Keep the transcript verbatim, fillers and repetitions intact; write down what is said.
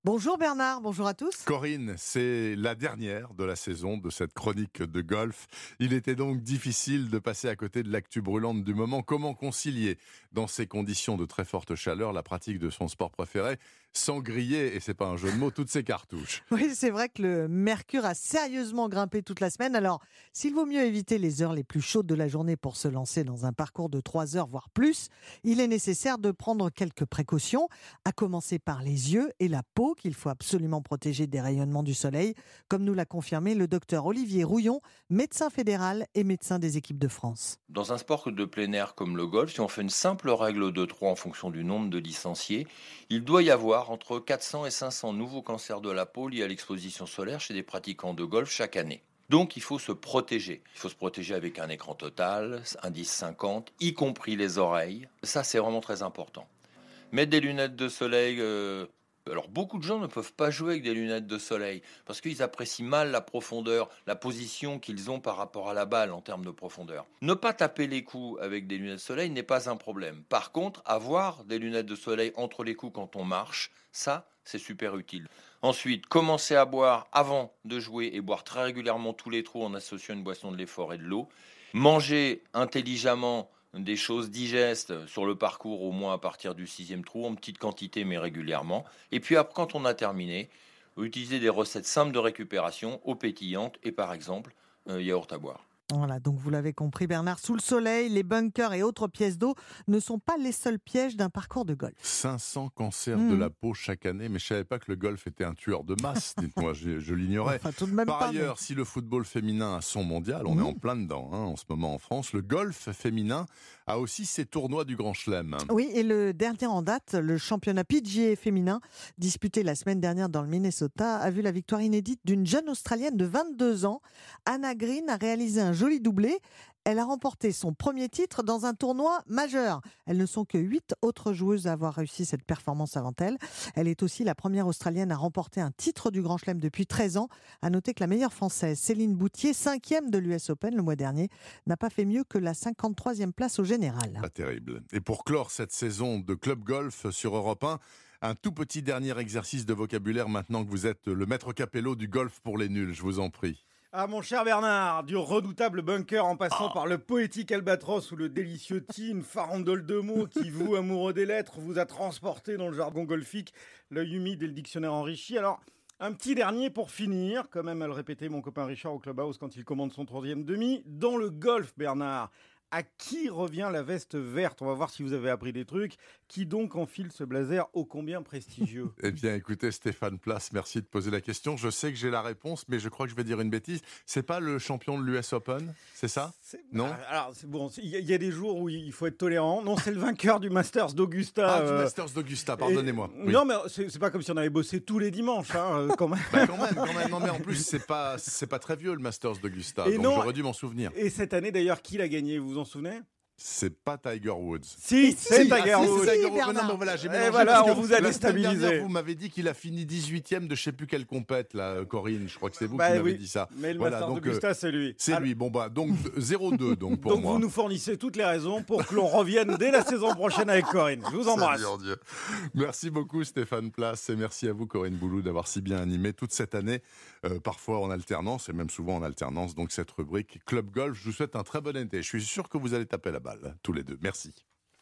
Bonjour Bernard, bonjour à tous. Corinne, c'est la dernière de la saison de cette chronique de golf. Il était donc difficile de passer à côté de l'actu brûlante du moment. Comment concilier, dans ces conditions de très forte chaleur, la pratique de son sport préféré sans griller, et c'est pas un jeu de mots, toutes ces cartouches? Oui, c'est vrai que le mercure a sérieusement grimpé toute la semaine. Alors, s'il vaut mieux éviter les heures les plus chaudes de la journée pour se lancer dans un parcours de trois heures, voire plus, il est nécessaire de prendre quelques précautions, à commencer par les yeux et la peau, qu'il faut absolument protéger des rayonnements du soleil, comme nous l'a confirmé le docteur Olivier Rouillon, médecin fédéral et médecin des équipes de France. Dans un sport de plein air comme le golf, si on fait une simple règle de trois en fonction du nombre de licenciés, il doit y avoir entre quatre cents et cinq cents nouveaux cancers de la peau liés à l'exposition solaire chez des pratiquants de golf chaque année. Donc il faut se protéger. Il faut se protéger avec un écran total, indice cinquante, y compris les oreilles. Ça, c'est vraiment très important. Mettre des lunettes de soleil... Euh Alors beaucoup de gens ne peuvent pas jouer avec des lunettes de soleil parce qu'ils apprécient mal la profondeur, la position qu'ils ont par rapport à la balle en termes de profondeur. Ne pas taper les coups avec des lunettes de soleil n'est pas un problème. Par contre, avoir des lunettes de soleil entre les coups quand on marche, ça, c'est super utile. Ensuite, commencer à boire avant de jouer et boire très régulièrement tous les trous en associant une boisson de l'effort et de l'eau. Manger intelligemment des choses digestes sur le parcours au moins à partir du sixième trou, en petite quantité mais régulièrement. Et puis après, quand on a terminé, utiliser des recettes simples de récupération, eau pétillante et par exemple, euh, yaourt à boire. Voilà, donc vous l'avez compris Bernard, sous le soleil, les bunkers et autres pièces d'eau ne sont pas les seuls pièges d'un parcours de golf. cinq cents cancers Mmh. de la peau chaque année, mais je savais pas que le golf était un tueur de masse, dites-moi, je, je l'ignorais. Enfin, tout de même Par pas, ailleurs, mais- si le football féminin a son mondial, on Mmh. est en plein dedans hein, en ce moment en France, le golf féminin a aussi ses tournois du Grand Chelem. Oui, et le dernier en date, le championnat P G A féminin, disputé la semaine dernière dans le Minnesota, a vu la victoire inédite d'une jeune Australienne de vingt-deux ans. Anna Green a réalisé un joli doublé. Elle a remporté son premier titre dans un tournoi majeur. Elles ne sont que huit autres joueuses à avoir réussi cette performance avant elle. Elle est aussi la première Australienne à remporter un titre du Grand Chelem depuis treize ans. À noter que la meilleure Française, Céline Boutier, cinquième de l'U S Open le mois dernier, n'a pas fait mieux que la cinquante-troisième place au général. Pas terrible. Et pour clore cette saison de Club Golf sur Europe un, un tout petit dernier exercice de vocabulaire maintenant que vous êtes le maître capello du golf pour les nuls, je vous en prie. Ah mon cher Bernard, du redoutable bunker en passant par le poétique albatros ou le délicieux tee, une farandole de mots qui, vous, amoureux des lettres, vous a transporté dans le jargon golfique, l'œil humide et le dictionnaire enrichi. Alors, un petit dernier pour finir, quand même à le répéter mon copain Richard au Clubhouse quand il commande son troisième demi. Dans le golf, Bernard, à qui revient la veste verte? On va voir si vous avez appris des trucs. Qui donc enfile ce blazer ô combien prestigieux? Eh bien, écoutez, Stéphane Place, merci de poser la question. Je sais que j'ai la réponse, mais je crois que je vais dire une bêtise. C'est pas le champion de l'U S Open, c'est ça? C'est- Non. Alors, c'est bon, il y, a- il y a des jours où il faut être tolérant. Non, c'est le vainqueur du Masters d'Augusta. Ah, du euh, Masters d'Augusta, pardonnez-moi. et- Oui. Non, mais c'est c'est pas comme si on avait bossé tous les dimanches, hein, euh, quand même. Bah, quand même, quand même. Non, mais en plus, c'est pas, c'est pas très vieux le Masters d'Augusta, Et donc non. j'aurais dû m'en souvenir. Et cette année, d'ailleurs, qui l'a gagné, vous vous en souvenez? C'est pas Tiger Woods. Si, c'est Si, ah, Tiger si, Woods. c'est Tiger Si, Woods. Bernard. Non, mais voilà, j'ai Et mélangé voilà, parce que on vous a la semaine déstabilisé. dernière, vous m'avez dit qu'il a fini dix-huitième de je sais plus quelle compète, là, Corinne. Je crois que c'est vous Bah qui m'avez oui, dit ça. Mais le Voilà, Masters donc, d'Augusta, euh, c'est lui. C'est Alors- lui. Bon, bah, donc zéro deux donc pour Donc moi. vous nous fournissez toutes les raisons pour que l'on revienne dès la saison prochaine avec Corinne. Je vous embrasse. Seigneur Dieu. Merci beaucoup Stéphane Place et merci à vous Corinne Boulou d'avoir si bien animé toute cette année, euh, parfois en alternance et même souvent en alternance, donc cette rubrique Club Golf. Je vous souhaite un très bon été. Je suis sûr que vous allez taper la balle, tous les deux. Merci.